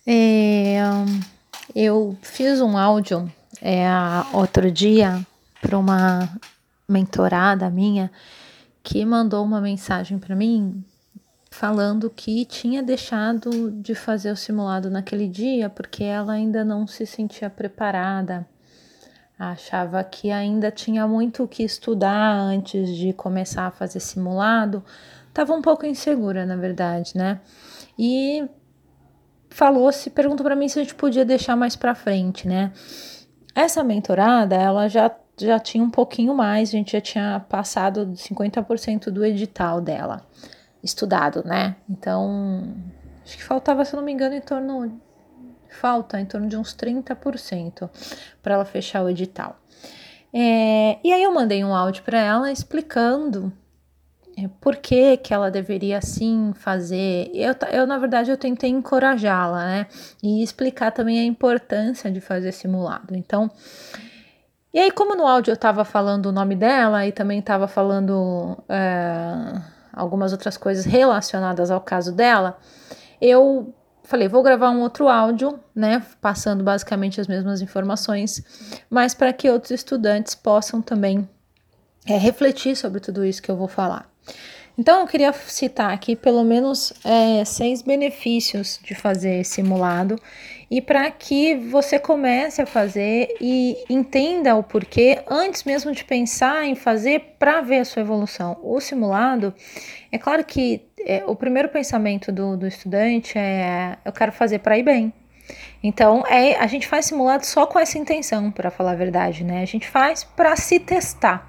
Eu fiz um áudio outro dia para uma mentorada minha que mandou uma mensagem para mim falando que tinha deixado de fazer o simulado naquele dia porque ela ainda não se sentia preparada, achava que ainda tinha muito o que estudar antes de começar a fazer simulado, estava um pouco insegura, na verdade, né? E perguntou para mim se a gente podia deixar mais para frente, né? Essa mentorada, ela já tinha um pouquinho mais, a gente já tinha passado 50% do edital dela, estudado, né? Então, acho que faltava, se eu não me engano, em torno de uns 30% para ela fechar o edital. E aí eu mandei um áudio para ela explicando por que ela deveria sim fazer. Na verdade, eu tentei encorajá-la, né? E explicar também a importância de fazer simulado. Então, e aí, como no áudio eu estava falando o nome dela e também estava falando algumas outras coisas relacionadas ao caso dela, eu falei, vou gravar um outro áudio, né? Passando basicamente as mesmas informações, mas para que outros estudantes possam também refletir sobre tudo isso que eu vou falar. Então, eu queria citar aqui pelo menos 6 benefícios de fazer simulado e para que você comece a fazer e entenda o porquê antes mesmo de pensar em fazer para ver a sua evolução. O simulado, é claro que o primeiro pensamento do estudante é eu quero fazer para ir bem. Então, a gente faz simulado só com essa intenção, para falar a verdade, né? A gente faz para se testar.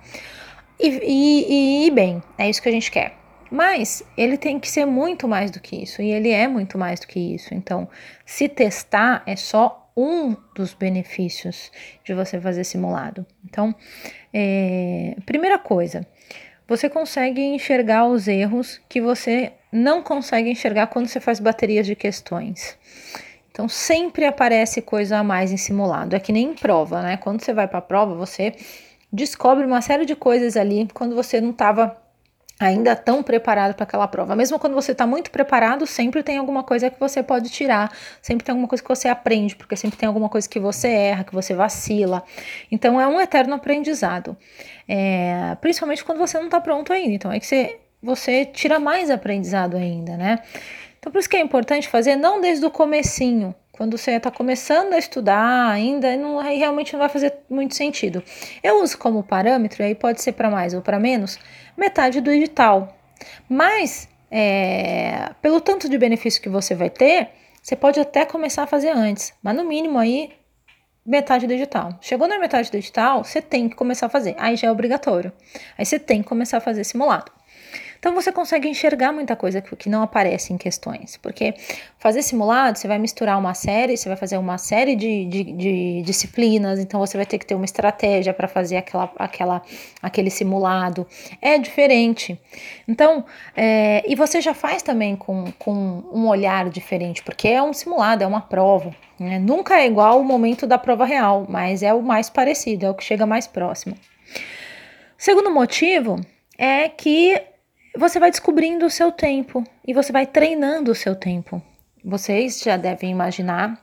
E bem, é isso que a gente quer. Mas ele tem que ser muito mais do que isso, e ele é muito mais do que isso. Então, se testar é só um dos benefícios de você fazer simulado. Então, primeira coisa, você consegue enxergar os erros que você não consegue enxergar quando você faz baterias de questões. Então, sempre aparece coisa a mais em simulado. É que nem em prova, né? Quando você vai para a prova, você descobre uma série de coisas ali quando você não estava ainda tão preparado para aquela prova. Mesmo quando você está muito preparado, sempre tem alguma coisa que você pode tirar, sempre tem alguma coisa que você aprende, porque sempre tem alguma coisa que você erra, que você vacila. Então é um eterno aprendizado, principalmente quando você não está pronto ainda. Então é que você tira mais aprendizado ainda, né? Então por isso que é importante fazer não desde o comecinho, quando você está começando a estudar ainda, aí realmente não vai fazer muito sentido. Eu uso como parâmetro, e aí pode ser para mais ou para menos, metade do edital. Mas, pelo tanto de benefício que você vai ter, você pode até começar a fazer antes, mas no mínimo aí, metade do edital. Chegou na metade do edital, você tem que começar a fazer, aí já é obrigatório. Aí você tem que começar a fazer simulado. Então você consegue enxergar muita coisa que não aparece em questões, porque fazer simulado, você vai misturar uma série, você vai fazer uma série de disciplinas, então você vai ter que ter uma estratégia para fazer aquele simulado, é diferente. Então, e você já faz também com um olhar diferente, porque é um simulado, é uma prova, né? Nunca é igual o momento da prova real, mas é o mais parecido, é o que chega mais próximo. Segundo motivo é que você vai descobrindo o seu tempo e você vai treinando o seu tempo. Vocês já devem imaginar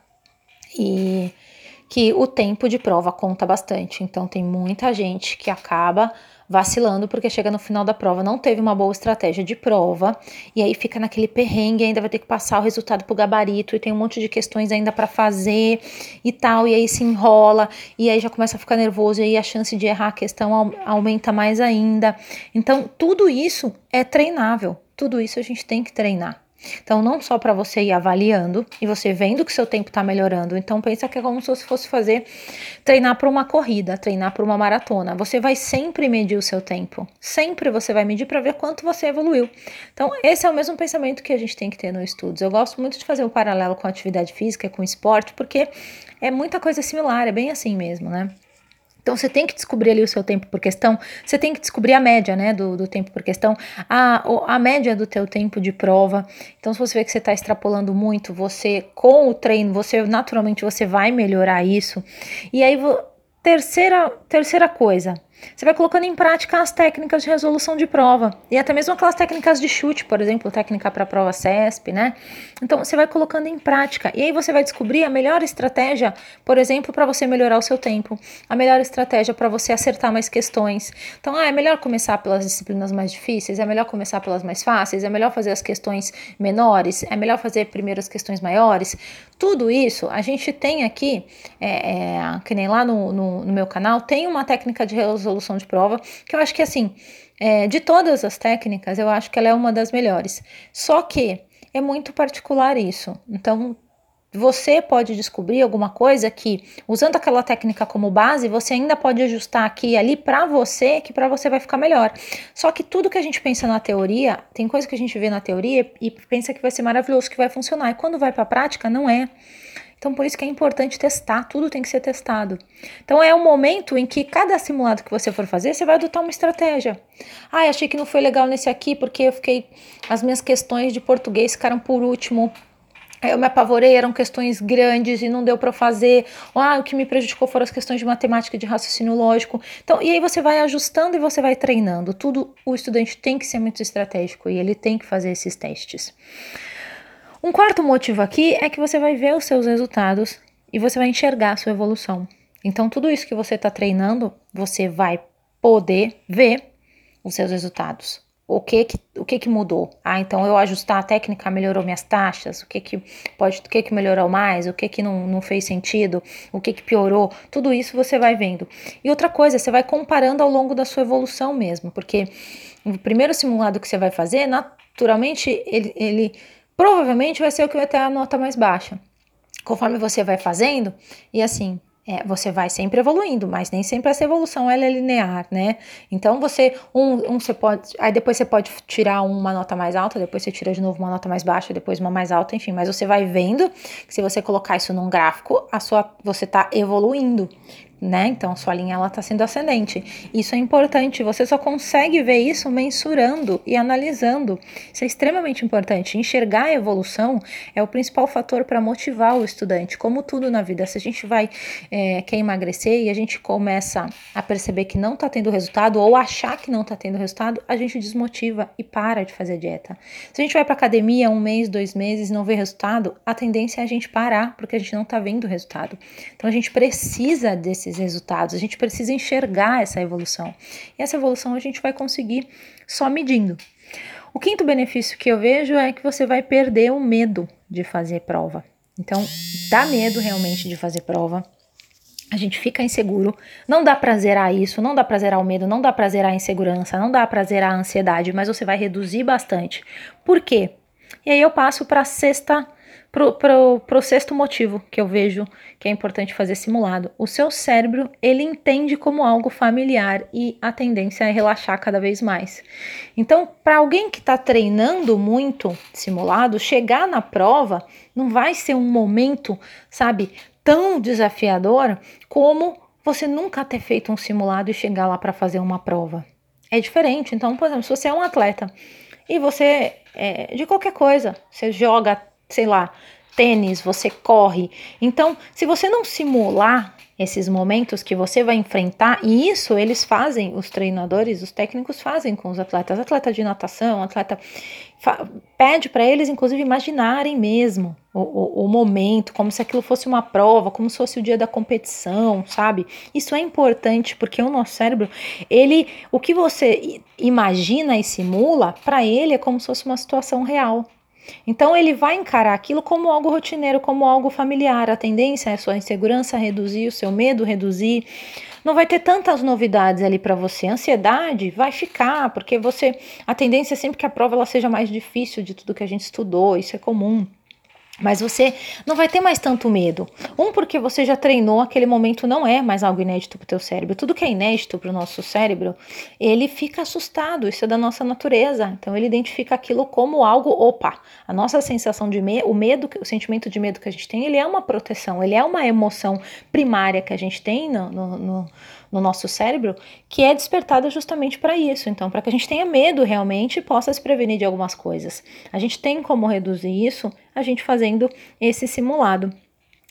que o tempo de prova conta bastante. Então tem muita gente que acaba vacilando porque chega no final da prova, não teve uma boa estratégia de prova e aí fica naquele perrengue, ainda vai ter que passar o resultado pro gabarito e tem um monte de questões ainda para fazer e tal, e aí se enrola e aí já começa a ficar nervoso e aí a chance de errar a questão aumenta mais ainda. Então tudo isso é treinável, tudo isso a gente tem que treinar. Então, não só para você ir avaliando e você vendo que seu tempo está melhorando. Então, pensa que é como se você fosse treinar para uma corrida, treinar para uma maratona. Você vai sempre medir o seu tempo. Sempre você vai medir para ver quanto você evoluiu. Então, esse é o mesmo pensamento que a gente tem que ter no estudos. Eu gosto muito de fazer um paralelo com a atividade física, com o esporte, porque é muita coisa similar, é bem assim mesmo, né? Então, você tem que descobrir ali o seu tempo por questão, você tem que descobrir a média, né, do tempo por questão, a média do teu tempo de prova. Então, se você vê que você está extrapolando muito, você, com o treino, naturalmente, você vai melhorar isso. E aí, terceira coisa, Você vai colocando em prática as técnicas de resolução de prova e até mesmo aquelas técnicas de chute, por exemplo, técnica para a prova CESP, né? Então você vai colocando em prática e aí você vai descobrir a melhor estratégia, por exemplo, para você melhorar o seu tempo, a melhor estratégia para você acertar mais questões. Então, é melhor começar pelas disciplinas mais difíceis, é melhor começar pelas mais fáceis, é melhor fazer as questões menores, é melhor fazer primeiro as questões maiores. Tudo isso a gente tem aqui, que nem lá no meu canal, tem uma técnica de resolução de prova que eu acho que assim, de todas as técnicas, eu acho que ela é uma das melhores. Só que é muito particular isso. Então, você pode descobrir alguma coisa que, usando aquela técnica como base, você ainda pode ajustar aqui e ali para você, que para você vai ficar melhor. Só que tudo que a gente pensa na teoria, tem coisa que a gente vê na teoria e pensa que vai ser maravilhoso, que vai funcionar. E quando vai para a prática, não é. Então, por isso que é importante testar, tudo tem que ser testado. Então, é um momento em que cada simulado que você for fazer, você vai adotar uma estratégia. Ah, achei que não foi legal nesse aqui, porque as minhas questões de português ficaram por último. Eu me apavorei, eram questões grandes e não deu para fazer. O que me prejudicou foram as questões de matemática e de raciocínio lógico. Então, e aí você vai ajustando e você vai treinando. Tudo o estudante tem que ser muito estratégico e ele tem que fazer esses testes. Um quarto motivo aqui é que você vai ver os seus resultados e você vai enxergar a sua evolução. Então, tudo isso que você está treinando, você vai poder ver os seus resultados. O que mudou? Então eu ajustar a técnica melhorou minhas taxas? O que melhorou mais? O que não fez sentido? O que piorou? Tudo isso você vai vendo. E outra coisa, você vai comparando ao longo da sua evolução mesmo, porque o primeiro simulado que você vai fazer, naturalmente, ele provavelmente vai ser o que vai ter a nota mais baixa. Conforme você vai fazendo, e assim, você vai sempre evoluindo, mas nem sempre essa evolução ela é linear, né? Então você pode, aí depois você pode tirar uma nota mais alta, depois você tira de novo uma nota mais baixa, depois uma mais alta, enfim, mas você vai vendo que se você colocar isso num gráfico, você tá evoluindo, né? Então sua linha ela tá sendo ascendente. Isso é importante, você só consegue ver isso mensurando e analisando. Isso é extremamente importante. Enxergar a evolução é o principal fator para motivar o estudante, como tudo na vida. Se a gente quer emagrecer e a gente começa a perceber que não tá tendo resultado ou achar que não tá tendo resultado, a gente desmotiva e para de fazer dieta. Se a gente vai pra academia 1 mês, 2 meses e não vê resultado, a tendência é a gente parar, porque a gente não tá vendo resultado. Então a gente precisa desses resultados, a gente precisa enxergar essa evolução. E essa evolução a gente vai conseguir só medindo. O quinto benefício que eu vejo é que você vai perder o medo de fazer prova. Então, dá medo realmente de fazer prova. A gente fica inseguro, não dá pra zerar isso, não dá pra zerar o medo, não dá pra zerar a insegurança, não dá pra zerar a ansiedade, mas você vai reduzir bastante. Por quê? E aí eu passo para pro sexto motivo que eu vejo que é importante fazer simulado. O seu cérebro, ele entende como algo familiar e a tendência é relaxar cada vez mais. Então, para alguém que está treinando muito simulado, chegar na prova não vai ser um momento, sabe, tão desafiador como você nunca ter feito um simulado e chegar lá para fazer uma prova. É diferente. Então, por exemplo, se você é um atleta e você, de qualquer coisa, você joga, sei lá, tênis, você corre. Então, se você não simular esses momentos que você vai enfrentar, e isso eles fazem, os treinadores, os técnicos fazem com os atletas, atleta de natação, pede para eles, inclusive, imaginarem mesmo o momento, como se aquilo fosse uma prova, como se fosse o dia da competição, sabe? Isso é importante porque o nosso cérebro, o que você imagina e simula, para ele é como se fosse uma situação real. Então ele vai encarar aquilo como algo rotineiro, como algo familiar. A tendência é a sua insegurança reduzir, o seu medo reduzir. Não vai ter tantas novidades ali para você. A ansiedade vai ficar, porque a tendência é sempre que a prova ela seja mais difícil de tudo que a gente estudou, isso é comum. Mas você não vai ter mais tanto medo. Porque você já treinou, aquele momento não é mais algo inédito para o teu cérebro. Tudo que é inédito para o nosso cérebro, ele fica assustado, isso é da nossa natureza. Então ele identifica aquilo como algo, a nossa sensação de medo, o sentimento de medo que a gente tem, ele é uma proteção, ele é uma emoção primária que a gente tem no nosso cérebro, que é despertada justamente para isso. Então, para que a gente tenha medo realmente e possa se prevenir de algumas coisas. A gente tem como reduzir isso a gente fazendo esse simulado.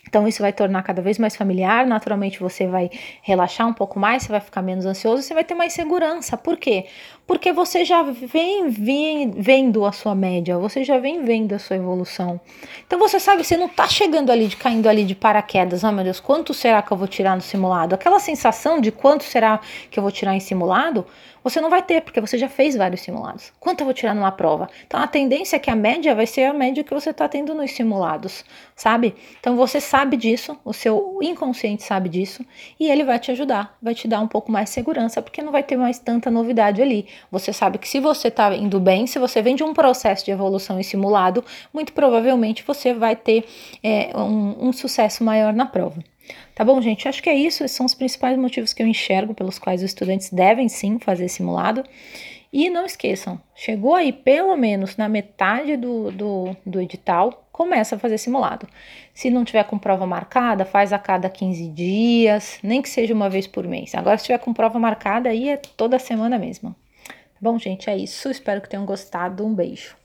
Então, isso vai tornar cada vez mais familiar, naturalmente você vai relaxar um pouco mais, você vai ficar menos ansioso, você vai ter mais segurança. Por quê? Porque você já vem vendo a sua média, você já vem vendo a sua evolução. Então, você sabe, você não tá chegando ali, caindo ali de paraquedas. Ah, meu Deus, quanto será que eu vou tirar no simulado? Aquela sensação de quanto será que eu vou tirar em simulado, você não vai ter, porque você já fez vários simulados. Quanto eu vou tirar numa prova? Então, a tendência é que a média vai ser a média que você está tendo nos simulados, sabe? Então, você sabe disso, o seu inconsciente sabe disso, e ele vai te ajudar, vai te dar um pouco mais de segurança, porque não vai ter mais tanta novidade ali. Você sabe que se você está indo bem, se você vem de um processo de evolução em simulado, muito provavelmente você vai ter um sucesso maior na prova. Tá bom, gente? Acho que é isso. Esses são os principais motivos que eu enxergo pelos quais os estudantes devem sim fazer simulado. E não esqueçam, chegou aí pelo menos na metade do edital, começa a fazer simulado. Se não tiver com prova marcada, faz a cada 15 dias, nem que seja uma vez por mês. Agora, se tiver com prova marcada, aí é toda semana mesmo. Tá bom, gente? É isso. Espero que tenham gostado. Um beijo.